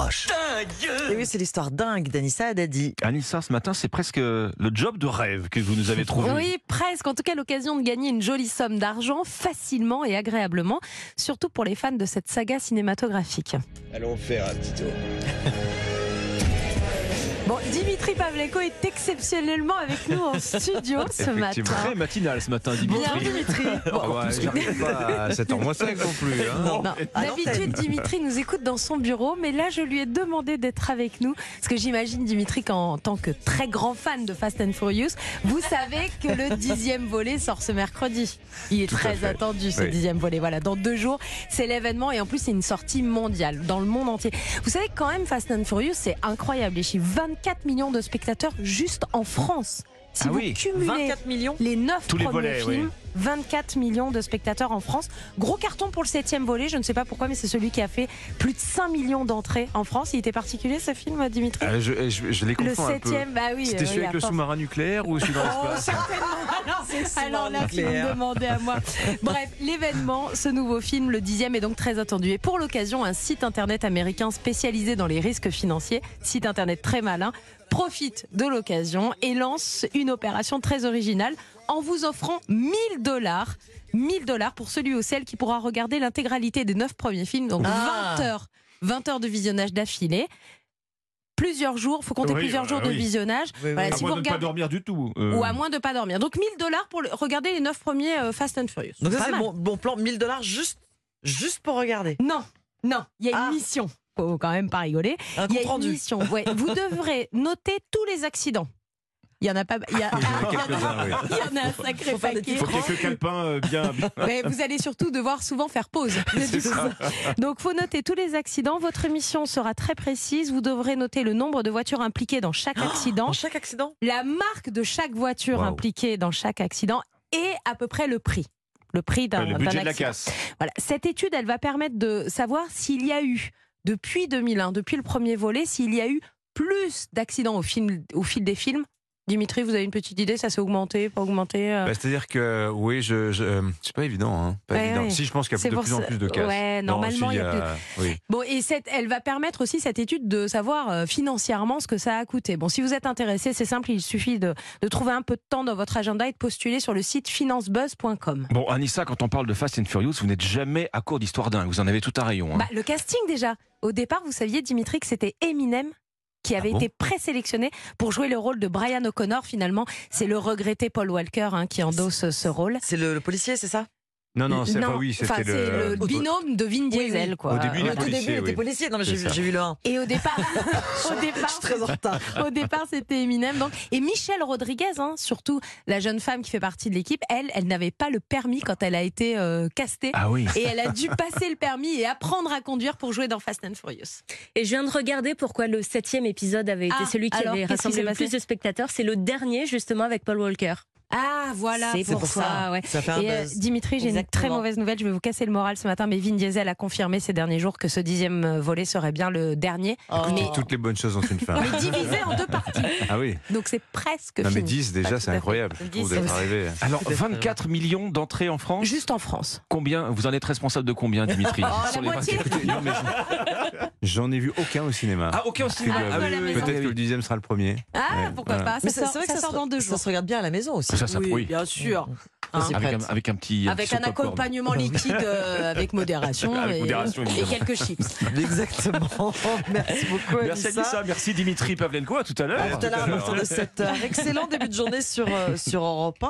Crush. Et oui, c'est l'histoire dingue d'Anissa Haddadi. Anissa, ce matin, c'est presque le job de rêve que vous nous avez trouvé. Oui, presque. En tout cas, l'occasion de gagner une jolie somme d'argent facilement et agréablement, surtout pour les fans de cette saga cinématographique. Allons faire un petit tour. Bon, Dimitri Pavlenko est exceptionnellement avec nous en studio ce matin. Très matinal ce matin, Dimitri. Bien, Dimitri. J'arrive pas à 7h moins 5 non plus. Non. D'habitude, Dimitri nous écoute dans son bureau, mais là, je lui ai demandé d'être avec nous. Parce que j'imagine, Dimitri, qu'en tant que très grand fan de Fast and Furious, vous savez que le 10e volet sort ce mercredi. Il est très attendu, ce 10e volet. Voilà, dans 2 jours, c'est l'événement. Et en plus, c'est une sortie mondiale, dans le monde entier. Vous savez, quand même, Fast and Furious, c'est incroyable. Les chiffres, 24 millions de spectateurs juste en France. Si vous cumulez 24 millions les 9 Tous les premiers volets, films, 24 millions de spectateurs en France. Gros carton pour le 7e volet, je ne sais pas pourquoi, mais c'est celui qui a fait plus de 5 millions d'entrées en France. Il était particulier ce film, Dimitri? Je les Le confonds un peu. 7e, bah oui. C'était celui avec le sous-marin nucléaire ou celui dans l'espace? Alors là, si vous me demandez à moi. Bref, l'événement, ce nouveau film, le 10e, est donc très attendu. Et pour l'occasion, un site internet américain spécialisé dans les risques financiers, site internet très malin, profite de l'occasion et lance une opération très originale en vous offrant $1000. $1000 pour celui ou celle qui pourra regarder l'intégralité des 9 premiers films, donc 20 heures de visionnage d'affilée. Plusieurs jours, il faut compter plusieurs jours de visionnage. Voilà, À moins de ne pas dormir du tout. Ou à moins de ne pas dormir. Donc $1000 pour regarder les 9 premiers Fast and Furious. Donc ça, c'est bon plan, $1000 juste pour regarder. Non, il y a une mission. Faut quand même pas rigoler. Il y a une mission. Ouais, vous devrez noter tous les accidents. Il y en a pas. Il y en a un sacré paquet. Il faut quelques calepins bien. Mais vous allez surtout devoir souvent faire pause. Donc, faut noter tous les accidents. Votre mission sera très précise. Vous devrez noter le nombre de voitures impliquées dans chaque accident. Dans chaque accident ? La marque de chaque voiture impliquée dans chaque accident et à peu près le prix. Le prix d'un budget accident. de la casse. Voilà. Cette étude, elle va permettre de savoir s'il y a eu, depuis 2001, depuis le premier volet, s'il y a eu plus d'accidents au fil des films. Dimitri, vous avez une petite idée, ça s'est augmenté, pas augmenté C'est-à-dire que, oui, c'est pas évident. Hein, pas évident. Oui. Si, je pense qu'il y a de plus en plus de cas. Ouais, normalement, il y a plus. Oui. Bon, et elle va permettre aussi, cette étude, de savoir financièrement ce que ça a coûté. Bon, si vous êtes intéressé, c'est simple, il suffit de trouver un peu de temps dans votre agenda et de postuler sur le site financebuzz.com. Bon, Anissa, quand on parle de Fast and Furious, vous n'êtes jamais à court d'histoire dingue. Vous en avez tout un rayon. Hein. Le casting, déjà. Au départ, vous saviez, Dimitri, que c'était Eminem qui avait été présélectionné pour jouer le rôle de Brian O'Connor. Finalement, c'est le regretté Paul Walker qui endosse ce rôle. C'est le policier, c'est ça ? Non, c'est le binôme de Vin Diesel. Quoi. Au début, il était policier. Non, mais j'ai vu le 1. Et au départ, je suis très en retard. Au départ, c'était Eminem. Donc, et Michelle Rodriguez, surtout la jeune femme qui fait partie de l'équipe, elle n'avait pas le permis quand elle a été castée. Ah oui. Et elle a dû passer le permis et apprendre à conduire pour jouer dans Fast and Furious. Et je viens de regarder pourquoi le 7e épisode avait été celui qui avait rassemblé le plus de spectateurs. C'est le dernier, justement, avec Paul Walker. Ah, voilà, c'est pour ça. Ouais. Ça fait un buzz. Dimitri, j'ai une très mauvaise nouvelle. Je vais vous casser le moral ce matin, mais Vin Diesel a confirmé ces derniers jours que ce 10e volet serait bien le dernier. Mais toutes les bonnes choses ont une fin. Mais divisé en 2 parties. Ah oui. Donc c'est presque fini. Non, mais 10 déjà, c'est incroyable. Je trouve d'être arrivé. Alors, 24 millions d'entrées en France. Juste en France. Combien? Vous en êtes responsable de combien, Dimitri? La moitié. Non, mais j'en ai vu aucun au cinéma. Ah, aucun au cinéma. Peut-être que le 10e sera le premier. Ah, pourquoi pas. Mais Ça c'est vrai que sort dans 2 jours. Ça se regarde bien à la maison aussi. Oui, bien sûr. Avec un petit. Avec un accompagnement liquide avec modération, et quelques chips. Exactement. Merci beaucoup. Merci Anissa, merci Dimitri Pavlenko. À tout à l'heure. À tout à l'heure, à partir de 7h. Excellent début de journée sur Europe 1.